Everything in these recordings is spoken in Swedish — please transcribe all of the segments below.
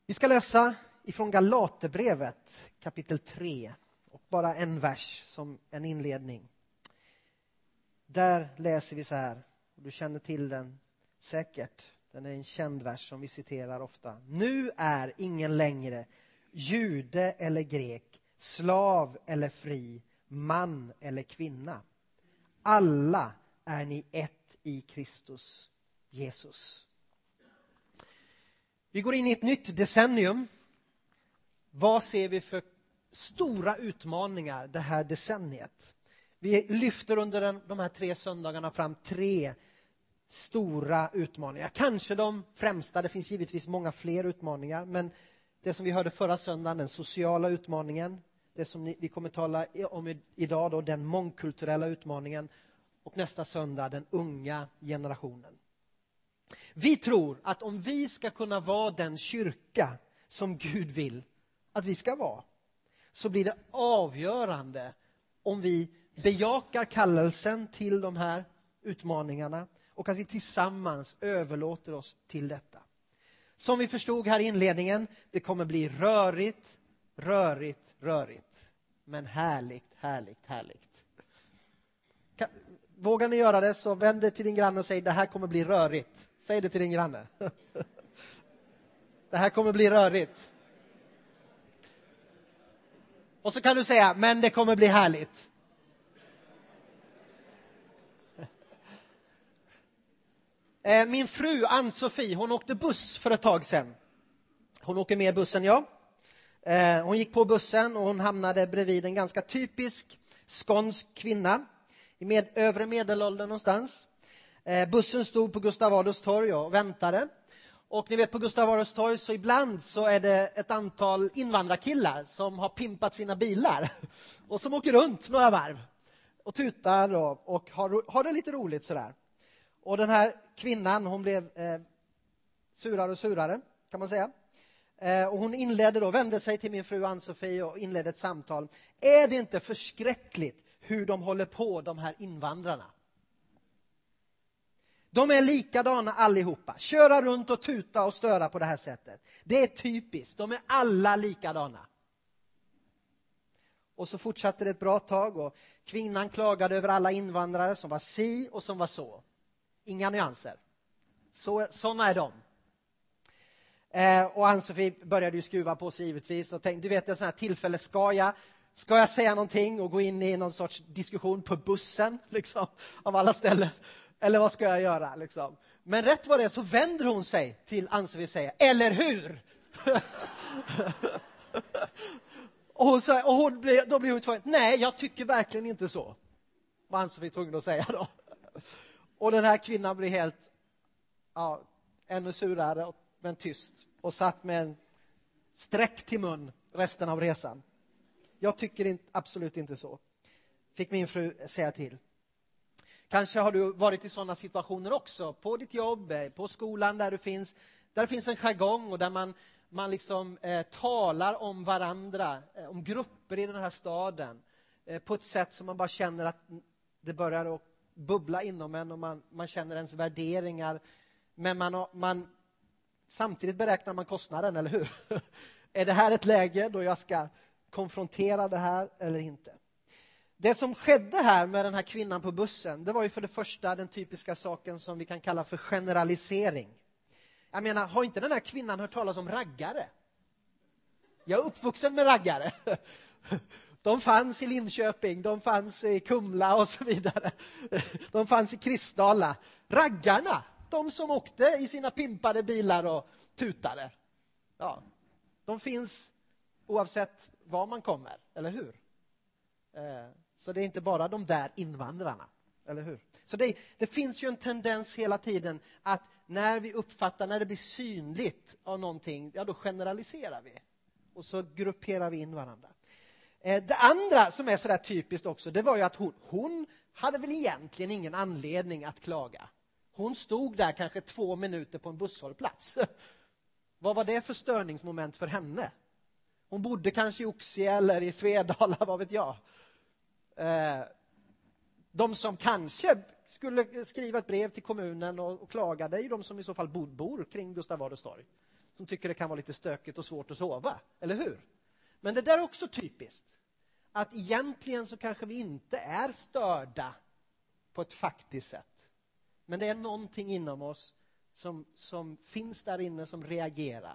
Vi ska läsa ifrån Galaterbrevet kapitel 3 och bara en vers som en inledning. Där läser vi så här, och du känner till den säkert. Den är en känd vers som vi citerar ofta. Nu är ingen längre jude eller grek, slav eller fri, man eller kvinna. Alla är ni ett i Kristus Jesus. Vi går in i ett nytt decennium. Vad ser vi för stora utmaningar det här decenniet? Vi lyfter under de här 3 söndagarna fram 3 stora utmaningar. Kanske de främsta, det finns givetvis många fler utmaningar. Men det som vi hörde förra söndagen, den sociala utmaningen. Det som vi kommer tala om idag, då, den mångkulturella utmaningen. Och nästa söndag, den unga generationen. Vi tror att om vi ska kunna vara den kyrka som Gud vill att vi ska vara, så blir det avgörande om vi bejakar kallelsen till de här utmaningarna och att vi tillsammans överlåter oss till detta. Som vi förstod här i inledningen, det kommer bli rörigt. Men härligt. Vågar ni göra det, så vänd er till din granne och säg: det här kommer bli rörigt. Säg det till din granne. Det här kommer bli rörigt. Och så kan du säga: men det kommer bli härligt. Min fru Ann-Sofie, hon åkte buss för ett tag sedan. Hon åker mer buss än jag. Hon gick på bussen och hon hamnade bredvid en ganska typisk skånsk kvinna. I övre medelåldern någonstans. Bussen stod på Gustav Adolfs torg och väntade. Och ni vet, på Gustav Adolfs torg så ibland så är det ett antal invandrarkillar som har pimpat sina bilar. Och som åker runt några varv. Och tutar och har det lite roligt sådär. Och den här kvinnan, hon blev surare och surare, kan man säga. Och hon vände sig till min fru Ann-Sofie och inledde ett samtal. Är det inte förskräckligt hur de håller på, de här invandrarna? De är likadana allihopa. Köra runt och tuta och störa på det här sättet. Det är typiskt. De är alla likadana. Och så fortsatte det ett bra tag och kvinnan klagade över alla invandrare som var si och som var så. Inga nyanser. Såna är de. Och Ann-Sofie började ju skruva på sig givetvis och tänkte, du vet, ett sånt här tillfälle, ska jag säga någonting och gå in i någon sorts diskussion på bussen liksom, av alla ställen, eller vad ska jag göra liksom? Men rätt vad det är så vänder hon sig till Ann-Sofie och säger: eller hur? Då blir hon tvungen: nej, jag tycker verkligen inte så. Vad Ann-Sofie tvungen att säga då. Och den här kvinnan blir helt ännu surare, men tyst. Och satt med en sträck till mun resten av resan. Jag tycker absolut inte så. Fick min fru säga till. Kanske har du varit i sådana situationer också. På ditt jobb, på skolan där det finns en jargong och där man liksom talar om varandra, om grupper i den här staden. På ett sätt som man bara känner att det börjar att bubbla inom en och man känner ens värderingar. Men samtidigt beräknar man kostnaden, eller hur? Är det här ett läge då jag ska konfrontera det här eller inte? Det som skedde här med den här kvinnan på bussen, det var ju för det första den typiska saken som vi kan kalla för generalisering. Jag menar, har inte den här kvinnan hört talas om raggare? Jag är uppvuxen med raggare. De fanns i Linköping, de fanns i Kumla och så vidare. De fanns i Kristdala. Raggarna, de som åkte i sina pimpade bilar och tutade. Ja, de finns oavsett var man kommer, eller hur? Så det är inte bara de där invandrarna, eller hur? Så det finns ju en tendens hela tiden att när det blir synligt av någonting, ja, då generaliserar vi. Och så grupperar vi in varandra. Det andra som är så där typiskt också, det var ju att hon hade väl egentligen ingen anledning att klaga. Hon stod där kanske 2 minuter på en busshållplats. Vad var det för störningsmoment för henne? Hon bodde kanske i Oxie eller i Svedala, vad vet jag. De som kanske skulle skriva ett brev till kommunen och klaga, det är ju de som i så fall bor kring Gustav Adolfs torg. som tycker det kan vara lite stökigt och svårt att sova, eller hur? Men det där är också typiskt. Att egentligen så kanske vi inte är störda på ett faktiskt sätt. Men det är någonting inom oss som finns där inne som reagerar.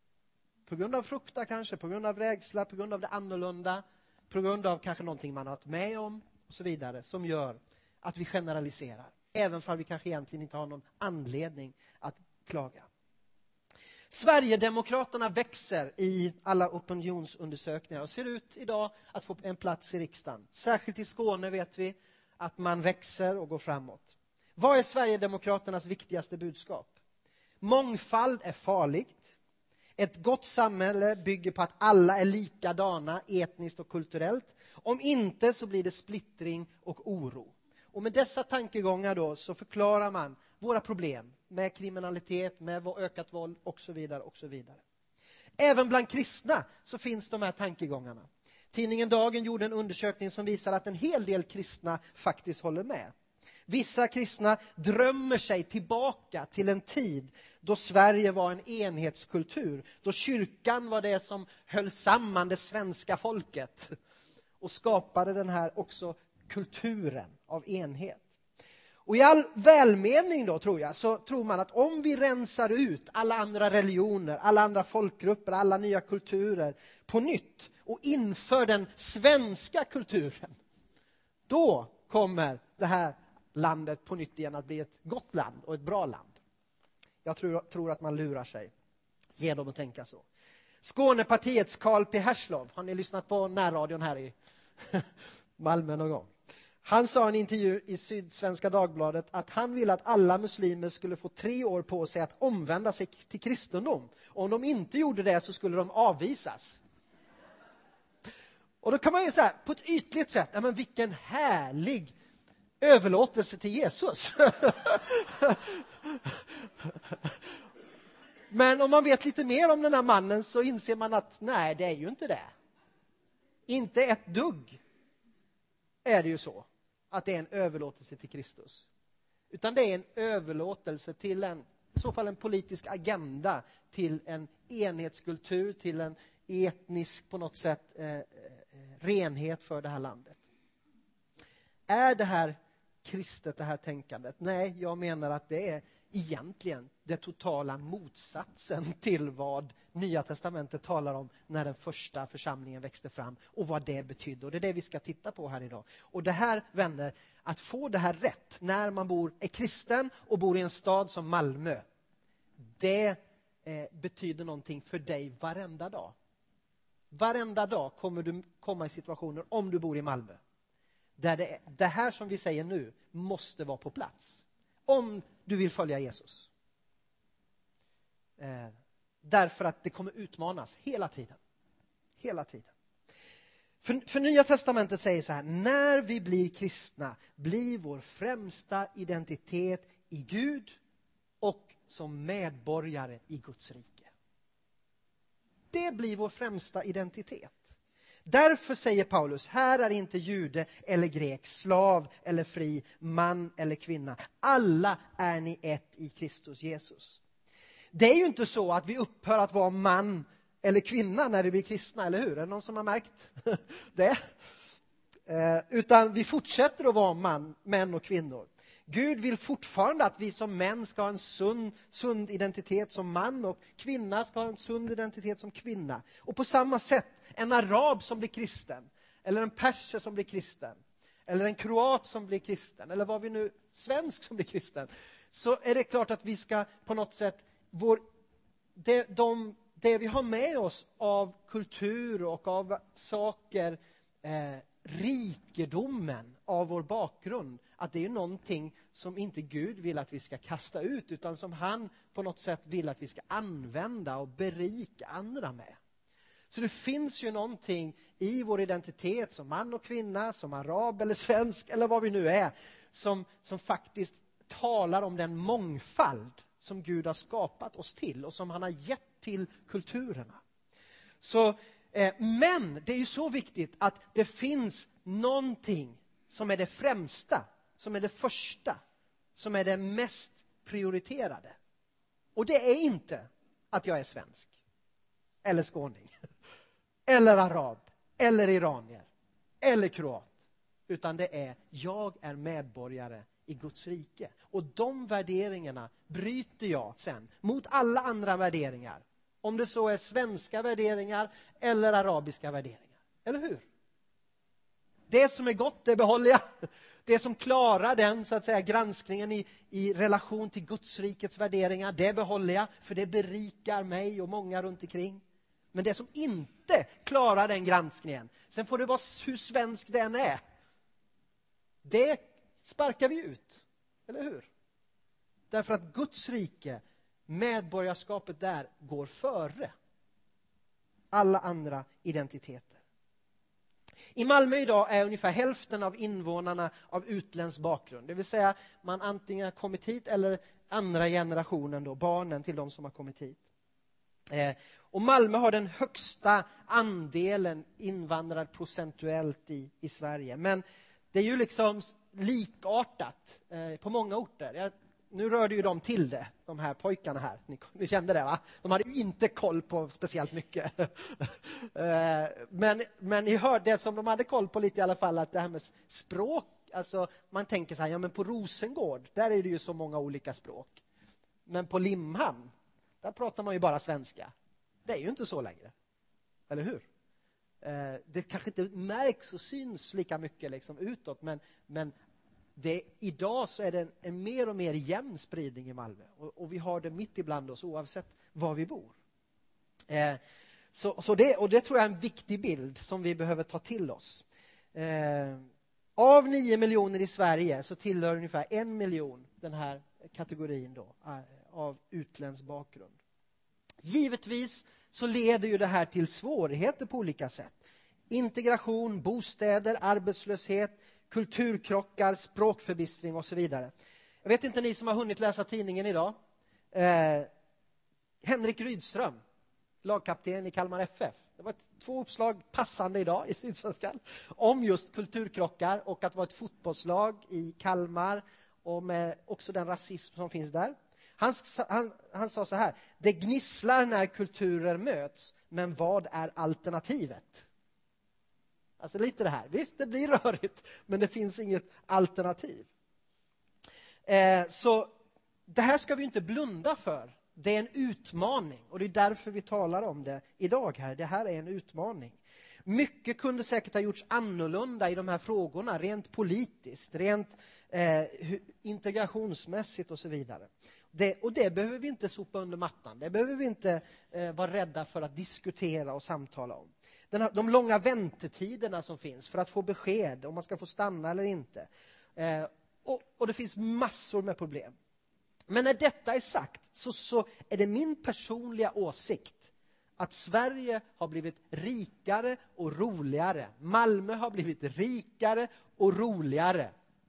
På grund av fruktan kanske, på grund av rädsla, på grund av det annorlunda, på grund av kanske någonting man har varit med om och så vidare, som gör att vi generaliserar. Även för vi kanske egentligen inte har någon anledning att klaga. Sverigedemokraterna växer i alla opinionsundersökningar och ser ut idag att få en plats i riksdagen. Särskilt i Skåne vet vi att man växer och går framåt. Vad är Sverigedemokraternas viktigaste budskap? Mångfald är farligt. Ett gott samhälle bygger på att alla är likadana etniskt och kulturellt. Om inte så blir det splittring och oro. Och med dessa tankegångar då så förklarar man våra problem med kriminalitet, med ökat våld och så vidare och så vidare. Även bland kristna så finns de här tankegångarna. Tidningen Dagen gjorde en undersökning som visar att en hel del kristna faktiskt håller med. Vissa kristna drömmer sig tillbaka till en tid då Sverige var en enhetskultur. Då kyrkan var det som höll samman det svenska folket. Och skapade den här också kulturen av enhet. Och i all välmening då tror jag, så tror man att om vi rensar ut alla andra religioner, alla andra folkgrupper, alla nya kulturer på nytt och inför den svenska kulturen, då kommer det här landet på nytt igen att bli ett gott land och ett bra land. Jag tror att man lurar sig genom att tänka så. Skånepartiets Carl P. Herslov, har ni lyssnat på närradion här i Malmö någon gång? Han sa i en intervju i Sydsvenska Dagbladet att han ville att alla muslimer skulle få 3 år på sig att omvända sig till kristendom. Och om de inte gjorde det så skulle de avvisas. Och då kan man ju säga på ett ytligt sätt, ja, men vilken härlig överlåtelse till Jesus. Men om man vet lite mer om den här mannen så inser man att nej, det är ju inte det. Inte ett dugg är det ju så att det är en överlåtelse till Kristus. Utan det är en överlåtelse till i så fall en politisk agenda, till en enhetskultur, till en etnisk på något sätt renhet för det här landet. Är det här kristet, det här tänkandet? Nej, jag menar att det är egentligen det totala motsatsen till vad Nya testamentet talar om när den första församlingen växte fram och vad det betydde. Och det är det vi ska titta på här idag. Och det här, vänner, att få det här rätt när man är kristen och bor i en stad som Malmö, det betyder någonting för dig varenda dag. Varenda dag kommer du komma i situationer, om du bor i Malmö, där det här som vi säger nu måste vara på plats. Om du vill följa Jesus. Därför att det kommer utmanas hela tiden. Hela tiden. För Nya testamentet säger så här: när vi blir kristna blir vår främsta identitet i Gud och som medborgare i Guds rike. Det blir vår främsta identitet. Därför säger Paulus, här är inte jude eller grek, slav eller fri, man eller kvinna. Alla är ni ett i Kristus Jesus. Det är ju inte så att vi upphör att vara man eller kvinna när vi blir kristna, eller hur? Är det någon som har märkt det? Utan vi fortsätter att vara män och kvinnor. Gud vill fortfarande att vi som män ska ha en sund identitet som man, och kvinna ska ha en sund identitet som kvinna. Och på samma sätt, en arab som blir kristen, eller en perser som blir kristen, eller en kroat som blir kristen, eller vad vi nu, svensk som blir kristen, så är det klart att vi ska på något sätt, det vi har med oss av kultur och av saker, rikedomen av vår bakgrund, att det är någonting som inte Gud vill att vi ska kasta ut, utan som han på något sätt vill att vi ska använda och berika andra med. Så det finns ju någonting i vår identitet som man och kvinna, som arab eller svensk eller vad vi nu är, som faktiskt talar om den mångfald som Gud har skapat oss till och som han har gett till kulturerna. Så, men det är ju så viktigt att det finns någonting som är det främsta, som är det första, som är det mest prioriterade. Och det är inte att jag är svensk. Eller skåning. Eller arab. Eller iranier. Eller kroat. Utan det är, jag är medborgare i Guds rike. Och de värderingarna bryter jag sen mot alla andra värderingar. Om det så är svenska värderingar eller arabiska värderingar. Eller hur? Det som är gott, det behåller jag. Det som klarar den, så att säga, granskningen i relation till Guds rikets värderingar, det behåller jag. För det berikar mig och många runt omkring. Men det som inte klarar den granskningen, sen får det vara hur svensk den är. Det sparkar vi ut. Eller hur? Därför att Guds rike, medborgarskapet där, går före alla andra identiteter. I Malmö idag är ungefär hälften av invånarna av utländsk bakgrund. Det vill säga man antingen har kommit hit eller andra generationen, då, barnen till de som har kommit hit. Och Malmö har den högsta andelen invandrare procentuellt i Sverige. Men det är ju liksom likartat på många orter. Nu rörde ju de till det, de här pojkarna här. Ni kände det, va? De hade ju inte koll på speciellt mycket. Men ni hörde det som de hade koll på lite i alla fall, att det här med språk, alltså man tänker så här, ja men på Rosengård, där är det ju så många olika språk. Men på Limhamn, där pratar man ju bara svenska. Det är ju inte så längre. Eller hur? Det kanske inte märks och syns lika mycket liksom utåt, men idag så är det en mer och mer jämn spridning i Malmö. Och vi har det mitt ibland oss oavsett var vi bor. Det tror jag är en viktig bild som vi behöver ta till oss. Av 9 miljoner i Sverige så tillhör ungefär 1 miljon den här kategorin då, av utländsk bakgrund. Givetvis så leder ju det här till svårigheter på olika sätt. Integration, bostäder, arbetslöshet, kulturkrockar, språkförbistring och så vidare. Jag vet inte ni som har hunnit läsa tidningen idag. Henrik Rydström, lagkapten i Kalmar FF. Det var 2 uppslag passande idag i Sydsvenskan om just kulturkrockar och att vara ett fotbollslag i Kalmar och med också den rasism som finns där. Han sa så här: det gnisslar när kulturer möts, men vad är alternativet? Alltså lite det här. Visst, det blir rörigt, men det finns inget alternativ. Så det här ska vi inte blunda för. Det är en utmaning och det är därför vi talar om det idag här. Det här är en utmaning. Mycket kunde säkert ha gjorts annorlunda i de här frågorna, rent politiskt, rent integrationsmässigt och så vidare. Det behöver vi inte sopa under mattan. Det behöver vi inte vara rädda för att diskutera och samtala om. De långa väntetiderna som finns för att få besked om man ska få stanna eller inte. Och det finns massor med problem. Men när detta är sagt så är det min personliga åsikt att Sverige har blivit rikare och roligare. Malmö har blivit rikare och roligare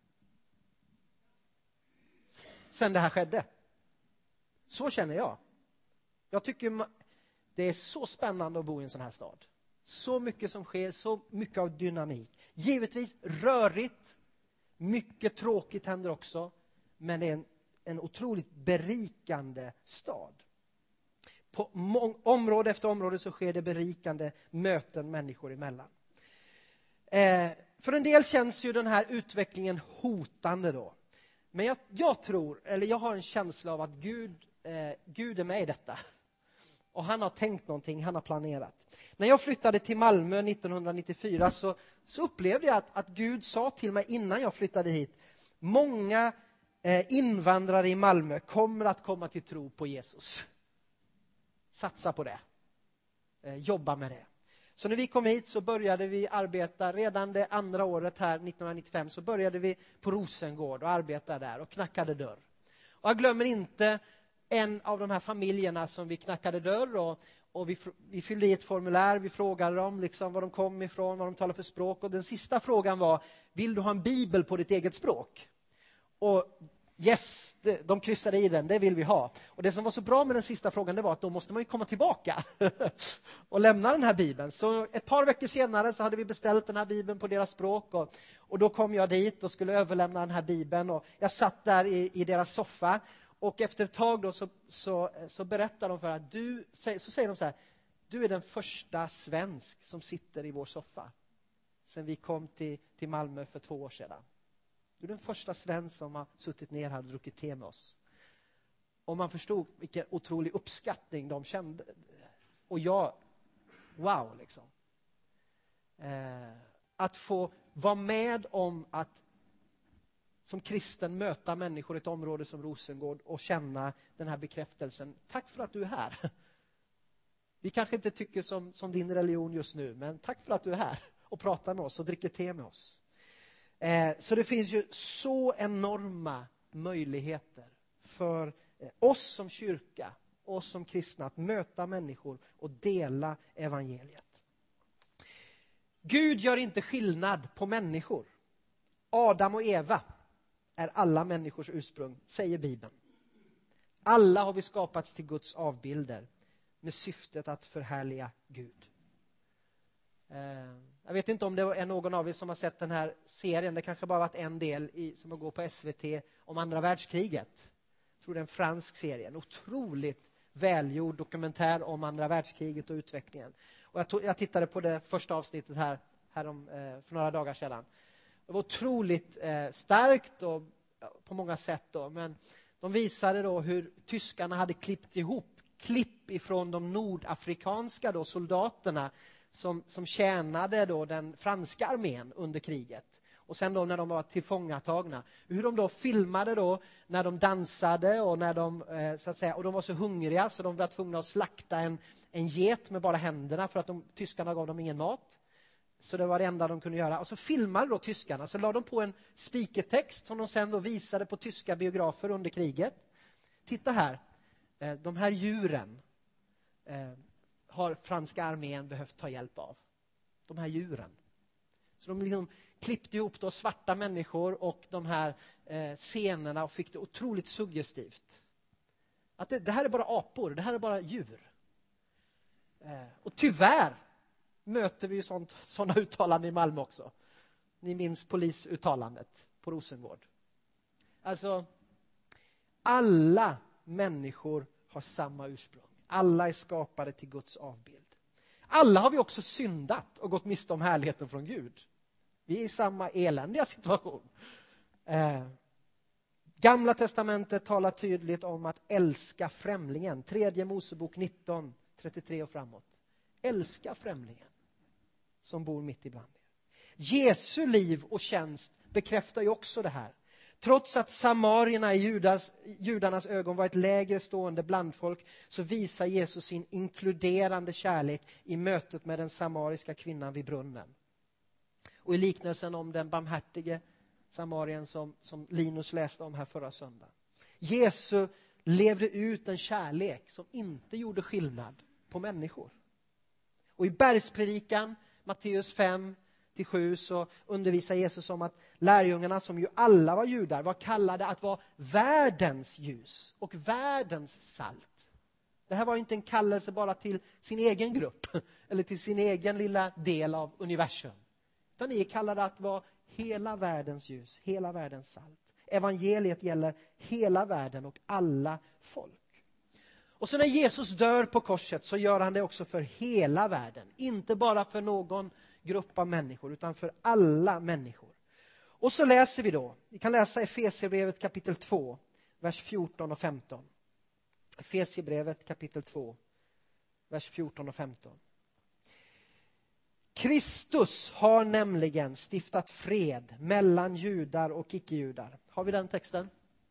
sen det här skedde. Så känner jag. Jag tycker det är så spännande att bo i en sån här stad. Så mycket som sker, så mycket av dynamik. Givetvis rörigt, mycket tråkigt händer också, men det är en otroligt berikande stad. På område efter område så sker det berikande möten människor emellan. För en del känns ju den här utvecklingen hotande då. Men jag har en känsla av att Gud är med i detta. Och han har tänkt någonting, han har planerat. När jag flyttade till Malmö 1994 så upplevde jag att Gud sa till mig innan jag flyttade hit: många invandrare i Malmö kommer att komma till tro på Jesus. Satsa på det. Jobba med det. Så när vi kom hit så började vi arbeta, redan det andra året här 1995 så började vi på Rosengård och arbetade där och knackade dörr. Och jag glömmer inte en av de här familjerna som vi knackade dörr och vi fyllde i ett formulär, vi frågade dem liksom var de kom ifrån, vad de talar för språk, och den sista frågan var: vill du ha en bibel på ditt eget språk? Och yes, de kryssade i den, det vill vi ha. Och det som var så bra med den sista frågan, det var att då måste man ju komma tillbaka och lämna den här bibeln. Så ett par veckor senare så hade vi beställt den här bibeln på deras språk och då kom jag dit och skulle överlämna den här bibeln och jag satt där i deras soffa Och efter ett tag då så berättar de för att så säger de så här: du är den första svensk som sitter i vår soffa sen vi kom till Malmö för 2 år sedan. Du är den första svensk som har suttit ner här och druckit te med oss. Och man förstod vilken otrolig uppskattning de kände. Och wow liksom. Att få vara med om att som kristen möta människor i ett område som Rosengård och känna den här bekräftelsen. Tack för att du är här. Vi kanske inte tycker som din religion just nu, men tack för att du är här och pratar med oss och dricker te med oss. Så det finns ju så enorma möjligheter för oss som kyrka, oss som kristna att möta människor och dela evangeliet. Gud gör inte skillnad på människor. Adam och Eva är alla människors ursprung, säger Bibeln. Alla har vi skapats till Guds avbilder med syftet att förhärliga Gud. Jag vet inte om det är någon av er som har sett den här serien. Det kanske bara varit en del som går på SVT om andra världskriget. Jag tror det är en fransk serie. En otroligt välgjord dokumentär om andra världskriget och utvecklingen. Och jag tittade på det första avsnittet här för några dagar sedan. Det var otroligt starkt och på många sätt då, men de visade då hur tyskarna hade klippt ihop klipp ifrån de nordafrikanska då soldaterna som tjänade då den franska armén under kriget. Och sen då när de var tillfångatagna, hur de då filmade då när de dansade och när de så att säga, och de var så hungriga så de var tvungna att slakta en get med bara händerna för att tyskarna gav dem ingen mat. Så det var det enda de kunde göra. Och så filmade då tyskarna. Så la de på en spikertext som de sen då visade på tyska biografer under kriget. Titta här. De här djuren har franska armén behövt ta hjälp av. De här djuren. Så de liksom klippte ihop då svarta människor och de här scenerna och fick det otroligt suggestivt. Att det här är bara apor. Det här är bara djur. Och tyvärr möter vi ju sådana uttalanden i Malmö också. Ni minns polisuttalandet på Rosengård. Alltså, alla människor har samma ursprung. Alla är skapade till Guds avbild. Alla har vi också syndat och gått miste om härligheten från Gud. Vi är i samma eländiga situation. Gamla testamentet talar tydligt om att älska främlingen. 3 Mosebok 19, 33 och framåt. Älska främlingen som bor mitt ibland er. Jesu liv och tjänst bekräftar ju också det här. Trots att samarierna i judarnas ögon var ett lägre stående blandfolk så visar Jesus sin inkluderande kärlek i mötet med den samariska kvinnan vid brunnen. Och i liknelsen om den barmhärtige samarien som Linus läste om här förra söndagen. Jesus levde ut en kärlek som inte gjorde skillnad på människor. Och i bergspredikan, Matteus 5-7, så undervisar Jesus om att lärjungarna, som ju alla var judar, var kallade att vara världens ljus och världens salt. Det här var inte en kallelse bara till sin egen grupp eller till sin egen lilla del av universum. Utan ni är kallade att vara hela världens ljus, hela världens salt. Evangeliet gäller hela världen och alla folk. Och så när Jesus dör på korset så gör han det också för hela världen. Inte bara för någon grupp av människor utan för alla människor. Och så läser vi då. Vi kan läsa Efesierbrevet kapitel 2, vers 14 och 15. Efesierbrevet kapitel 2, vers 14 och 15. Kristus har nämligen stiftat fred mellan judar och icke-judar. Har vi den texten?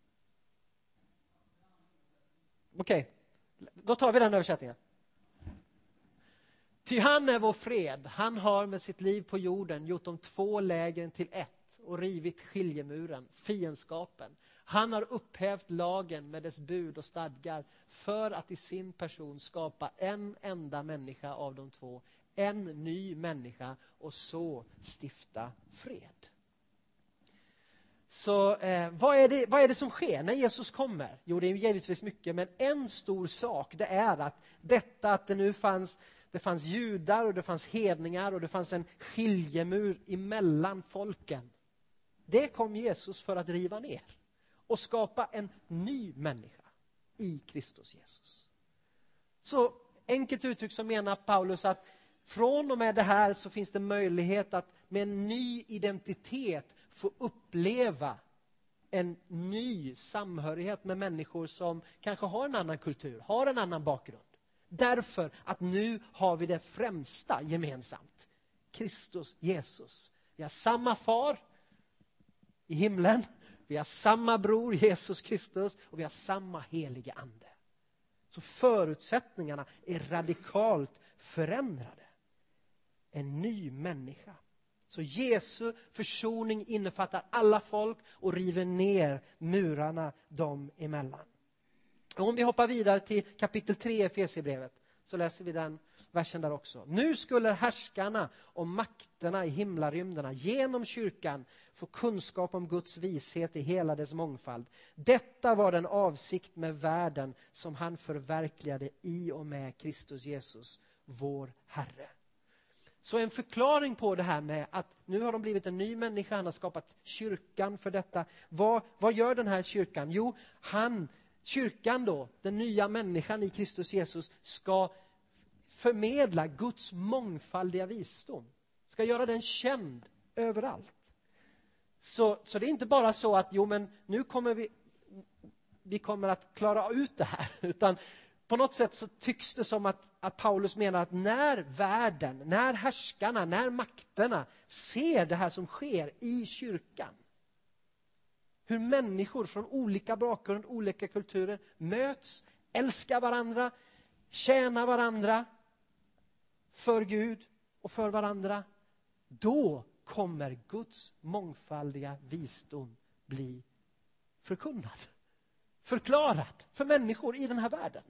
Okej. Då tar vi den översättningen. Ty han är vår fred. Han har med sitt liv på jorden gjort de 2 lägren till ett och rivit skiljemuren, fiendskapen. Han har upphävt lagen med dess bud och stadgar för att i sin person skapa en enda människa av de 2. En ny människa och så stifta fred. Så vad är det som sker när Jesus kommer? Jo, det är givetvis mycket, men en stor sak det är att det fanns judar och det fanns hedningar och det fanns en skiljemur emellan folken. Det kom Jesus för att riva ner och skapa en ny människa. i Kristus Jesus. Så enkelt uttryck så menar Paulus att från och med det här så finns det möjlighet att med en ny identitet få uppleva en ny samhörighet med människor som kanske har en annan kultur, har en annan bakgrund. Därför att nu har vi det främsta gemensamt. Kristus Jesus. Vi har samma far i himlen. Vi har samma bror Jesus Kristus. Och vi har samma helige ande. Så förutsättningarna är radikalt förändrade. En ny människa. Så Jesu försoning innefattar alla folk och river ner murarna dem emellan. Och om vi hoppar vidare till kapitel 3 i Efesierbrevet så läser vi den versen där också. Nu skulle härskarna och makterna i himlarymderna genom kyrkan få kunskap om Guds vishet i hela dess mångfald. Detta var den avsikt med världen som han förverkligade i och med Kristus Jesus, vår Herre. Så en förklaring på det här med att nu har de blivit en ny människa, han har skapat kyrkan för detta. Vad gör den här kyrkan? Jo, kyrkan då, den nya människan i Kristus Jesus, ska förmedla Guds mångfaldiga visdom. Ska göra den känd överallt. Så det är inte bara så att nu kommer vi kommer att klara ut det här. Utan på något sätt så tycks det som att Paulus menar att när världen, när härskarna, när makterna ser det här som sker i kyrkan. Hur människor från olika bakgrund, olika kulturer möts, älskar varandra, tjänar varandra för Gud och för varandra. Då kommer Guds mångfaldiga visdom bli förkunnad, förklarad för människor i den här världen.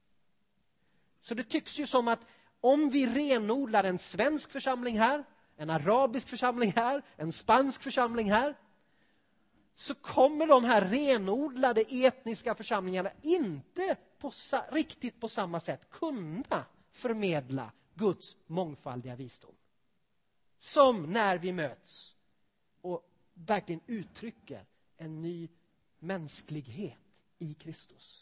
Så det tycks ju som att om vi renodlar en svensk församling här, en arabisk församling här, en spansk församling här, så kommer de här renodlade etniska församlingarna inte riktigt på samma sätt kunna förmedla Guds mångfaldiga visdom. Som när vi möts och verkligen uttrycker en ny mänsklighet i Kristus.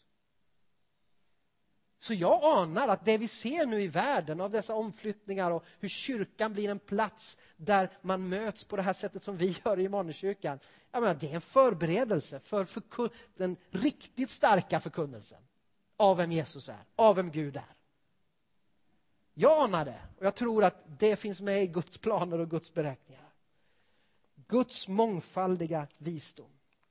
Så jag anar att det vi ser nu i världen av dessa omflyttningar och hur kyrkan blir en plats där man möts på det här sättet som vi gör i Immanuelskyrkan. Det är en förberedelse för den riktigt starka förkunnelsen av vem Jesus är, av vem Gud är. Jag anar det och jag tror att det finns med i Guds planer och Guds beräkningar. Guds mångfaldiga visdom.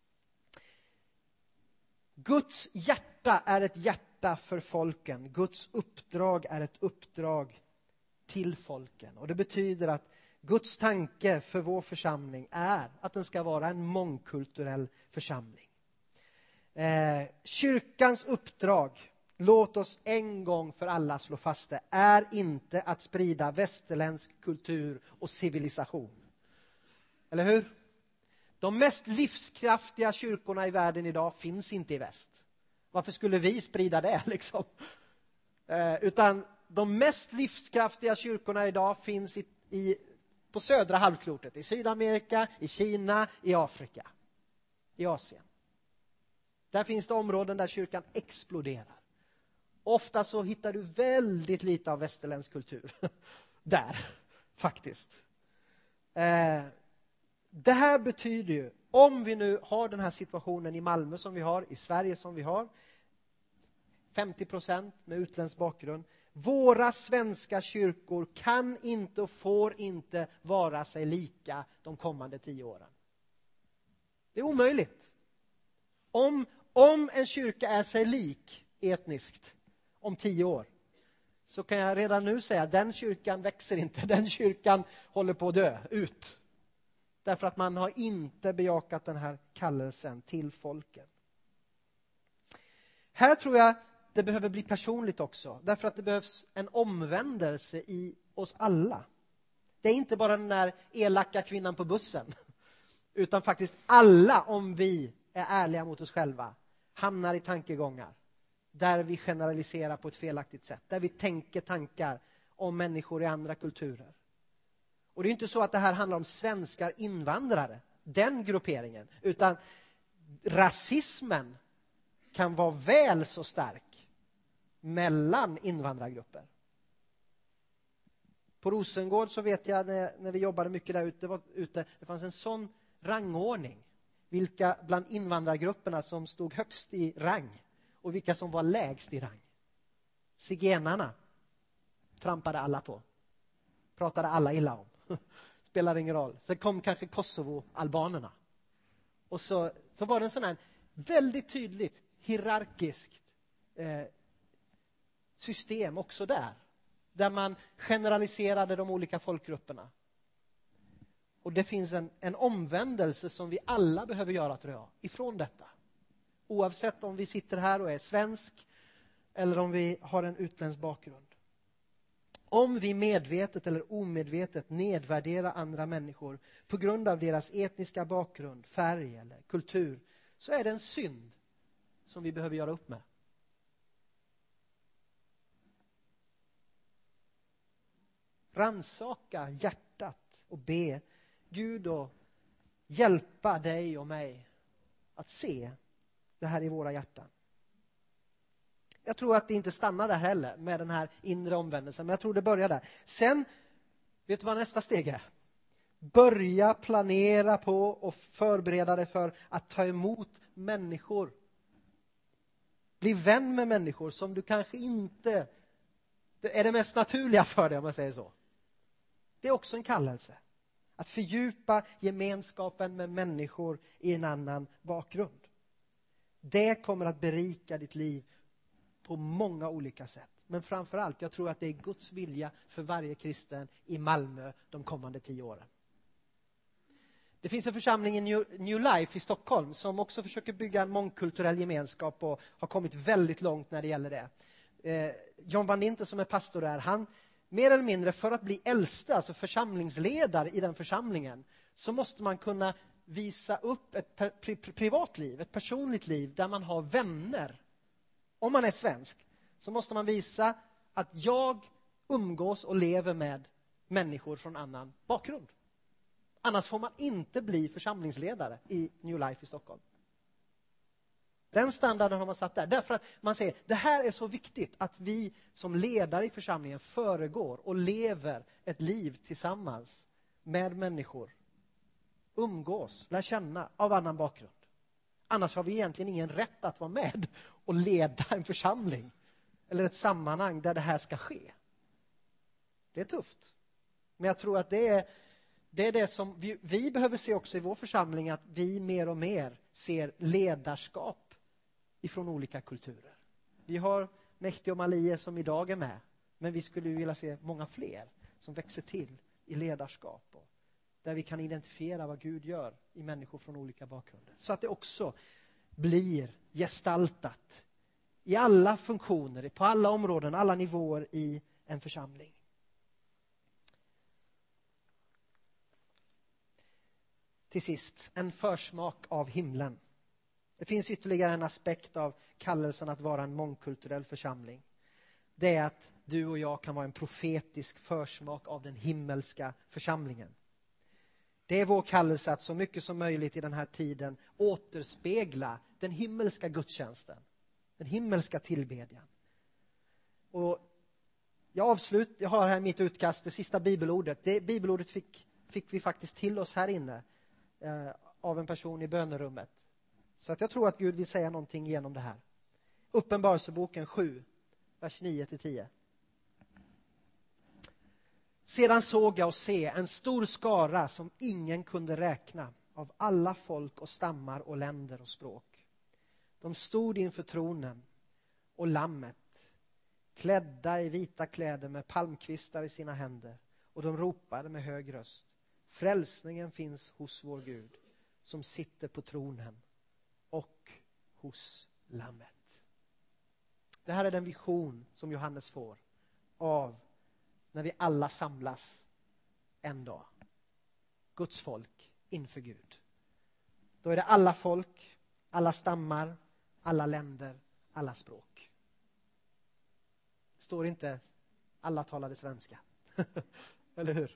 Guds hjärta är ett hjärta för folken. Guds uppdrag är ett uppdrag till folken. Och det betyder att Guds tanke för vår församling är att den ska vara en mångkulturell församling. Kyrkans uppdrag, låt oss en gång för alla slå fast det, är inte att sprida västerländsk kultur och civilisation. Eller hur? De mest livskraftiga kyrkorna i världen idag finns inte i väst. Varför skulle vi sprida det liksom? Utan de mest livskraftiga kyrkorna idag finns på södra halvklotet. I Sydamerika, i Kina, i Afrika. I Asien. Där finns det områden där kyrkan exploderar. Ofta så hittar du väldigt lite av västerländsk kultur. Där, faktiskt. Det här betyder ju, om vi nu har den här situationen i Malmö som vi har, i Sverige som vi har, 50% med utländsk bakgrund. Våra svenska kyrkor kan inte och får inte vara sig lika de kommande 10 åren. Det är omöjligt. Om en kyrka är sig lik etniskt om 10 år, så kan jag redan nu säga att den kyrkan växer inte. Den kyrkan håller på att dö ut. Därför att man har inte bejakat den här kallelsen till folken. Här tror jag det behöver bli personligt också. Därför att det behövs en omvändelse i oss alla. Det är inte bara den där elaka kvinnan på bussen. Utan faktiskt alla, om vi är ärliga mot oss själva, hamnar i tankegångar där vi generaliserar på ett felaktigt sätt. Där vi tänker tankar om människor i andra kulturer. Och det är inte så att det här handlar om svenskar invandrare, den grupperingen. Utan rasismen kan vara väl så stark mellan invandrargrupper. På Rosengård så vet jag när vi jobbade mycket där ute, det fanns en sån rangordning. Vilka bland invandrargrupperna som stod högst i rang och vilka som var lägst i rang. Zigenarna trampade alla på. Pratade alla illa om. Spelar ingen roll. Sen kom kanske Kosovo-albanerna. Och så var det en sån här väldigt tydligt hierarkiskt system också där man generaliserade de olika folkgrupperna. Och det finns en omvändelse som vi alla behöver göra, tror jag, ifrån detta. Oavsett om vi sitter här och är svensk eller om vi har en utländsk bakgrund. Om vi medvetet eller omedvetet nedvärderar andra människor på grund av deras etniska bakgrund, färg eller kultur, så är det en synd som vi behöver göra upp med. Ransaka hjärtat och be Gud att hjälpa dig och mig att se det här i våra hjärtan. Jag tror att det inte stannar där heller med den här inre omvändelsen, men jag tror det börjar där. Sen, vet du vad nästa steg är? Börja planera på och förbereda dig för att ta emot människor. Bli vän med människor som du kanske inte är det mest naturliga för dig, om man säger så. Det är också en kallelse. Att fördjupa gemenskapen med människor i en annan bakgrund. Det kommer att berika ditt liv på många olika sätt. Men framförallt, jag tror att det är Guds vilja för varje kristen i Malmö de kommande 10 åren. Det finns en församling i New Life i Stockholm som också försöker bygga en mångkulturell gemenskap och har kommit väldigt långt när det gäller det. John Van Dinter som är pastor där, han mer eller mindre för att bli äldste, alltså församlingsledare i den församlingen, så måste man kunna visa upp ett privatliv, ett personligt liv där man har vänner. Om man är svensk så måste man visa att jag umgås och lever med människor från annan bakgrund. Annars får man inte bli församlingsledare i New Life i Stockholm. Den standarden har man satt där. Därför att man säger, det här är så viktigt att vi som ledare i församlingen föregår och lever ett liv tillsammans med människor. Umgås, lär känna av annan bakgrund. Annars har vi egentligen ingen rätt att vara med och leda en församling. Eller ett sammanhang där det här ska ske. Det är tufft. Men jag tror att det är det som vi behöver se också i vår församling. Att vi mer och mer ser ledarskap ifrån olika kulturer. Vi har Mehdi och Malie som idag är med. Men vi skulle vilja se många fler som växer till i ledarskap. Och där vi kan identifiera vad Gud gör i människor från olika bakgrunder. Så att det också blir gestaltat i alla funktioner, på alla områden, alla nivåer i en församling. Till sist, en försmak av himlen. Det finns ytterligare en aspekt av kallelsen att vara en mångkulturell församling. Det är att du och jag kan vara en profetisk försmak av den himmelska församlingen. Det är vår kallelse att så mycket som möjligt i den här tiden återspegla den himmelska gudstjänsten. Den himmelska tillbedjan. Och jag har här mitt utkast, det sista bibelordet. Det bibelordet fick vi faktiskt till oss här inne av en person i bönerummet. Så att jag tror att Gud vill säga någonting genom det här. Uppenbarelseboken 7, vers 9-10. Sedan såg jag och se en stor skara som ingen kunde räkna av alla folk och stammar och länder och språk. De stod inför tronen och lammet, klädda i vita kläder med palmkvistar i sina händer, och de ropade med hög röst: frälsningen finns hos vår Gud som sitter på tronen och hos lammet. Det här är den vision som Johannes får av när vi alla samlas en dag. Guds folk inför Gud. Då är det alla folk, alla stammar, alla länder, alla språk. Det står inte alla talade svenska. Eller hur?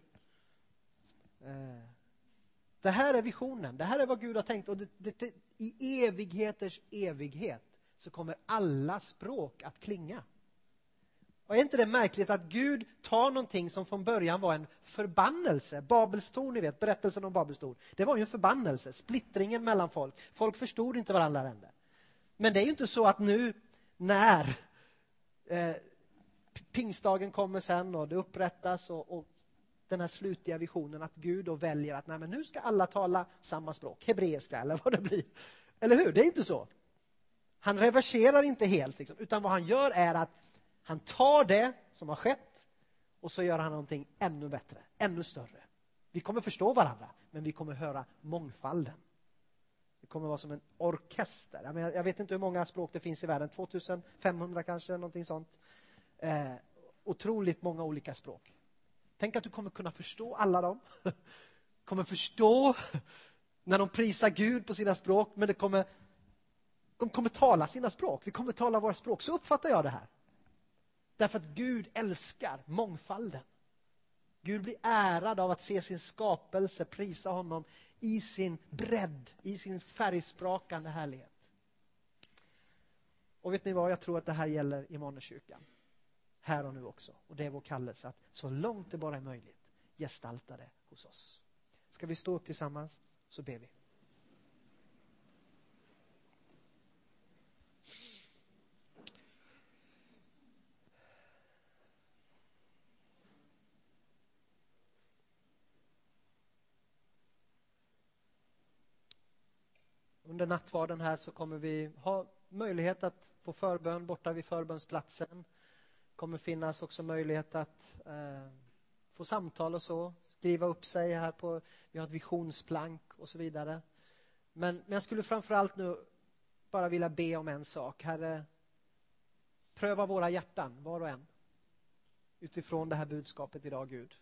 Det här är visionen. Det här är vad Gud har tänkt. Och i evigheters evighet så kommer alla språk att klinga. Och är inte det märkligt att Gud tar någonting som från början var en förbannelse? Babels torn, ni vet, berättelsen om Babels torn. Det var ju en förbannelse, splittringen mellan folk. Folk förstod inte varandra längre. Men det är ju inte så att nu när pingstdagen kommer sen och det upprättas och den här slutliga visionen att Gud då väljer att nej, men nu ska alla tala samma språk, hebreiska eller vad det blir. Eller hur? Det är inte så. Han reverserar inte helt, liksom, utan vad han gör är att han tar det som har skett och så gör han någonting ännu bättre, ännu större. Vi kommer förstå varandra, men vi kommer höra mångfalden. Det kommer vara som en orkester. Jag vet inte hur många språk det finns i världen, 2500 kanske, någonting sånt. Otroligt många olika språk. Tänk att du kommer kunna förstå alla dem. Kommer förstå när de prisar Gud på sina språk, men de kommer tala sina språk. Vi kommer tala våra språk. Så uppfattar jag det här. Därför att Gud älskar mångfalden. Gud blir ärad av att se sin skapelse, prisa honom i sin bredd, i sin färgsprakande härlighet. Och vet ni vad, jag tror att det här gäller i Måneskyrkan. Här och nu också. Och det är vår kallelse att så långt det bara är möjligt gestalta det hos oss. Ska vi stå upp tillsammans så ber vi. Under nattvarden här så kommer vi ha möjlighet att få förbön borta vid förbönsplatsen. Kommer finnas också möjlighet att få samtal och så. Skriva upp sig här på, vi har ett visionsplank och så vidare. Men jag skulle framförallt nu bara vilja be om en sak. Herre, pröva våra hjärtan, var och en. Utifrån det här budskapet idag, Gud.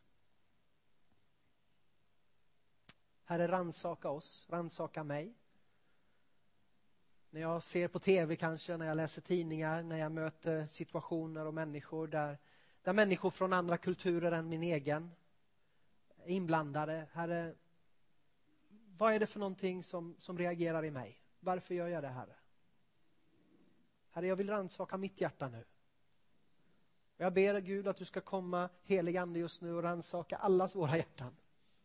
Herre, rannsaka oss, rannsaka mig. När jag ser på tv kanske, när jag läser tidningar, när jag möter situationer och människor där människor från andra kulturer än min egen är inblandade. Herre, vad är det för någonting som reagerar i mig? Varför gör jag det, Herre? Herre, jag vill rannsaka mitt hjärta nu. Och jag ber Gud att du ska komma, helig ande, just nu och rannsaka allas våra hjärtan.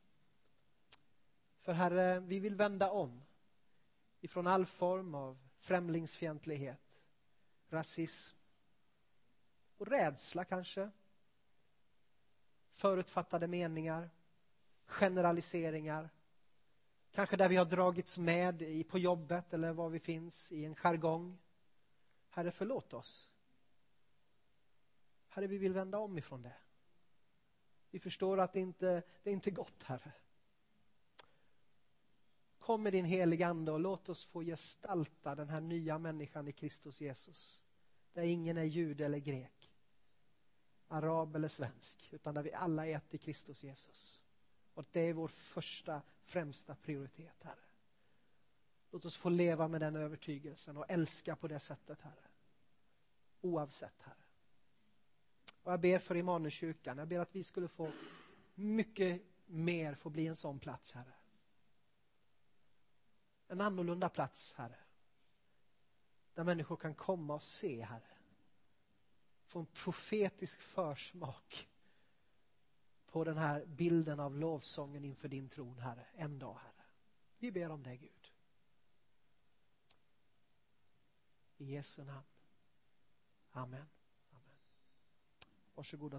För Herre, vi vill vända om ifrån all form av främlingsfientlighet, rasism och rädsla kanske. Förutfattade meningar, generaliseringar. Kanske där vi har dragits med på jobbet eller var vi finns i en jargong. Herre, förlåt oss. Herre, vi vill vända om ifrån det. Vi förstår att det är inte gott, Herre. Kom med din heliga ande och låt oss få gestalta den här nya människan i Kristus Jesus. Där ingen är jude eller grek, arab eller svensk, utan där vi alla är ett i Kristus Jesus. Och det är vår första, främsta prioritet, Herre. Låt oss få leva med den övertygelsen och älska på det sättet, Herre. Oavsett, Herre. Och jag ber för Immanuelskyrkan. Jag ber att vi skulle få mycket mer få bli en sån plats, Herre. En annorlunda plats, Herre. Där människor kan komma och se, Herre. Få en profetisk försmak på den här bilden av lovsången inför din tron, Herre. En dag, Herre. Vi ber om det, Gud. I Jesu namn. Amen. Amen. Varsågoda.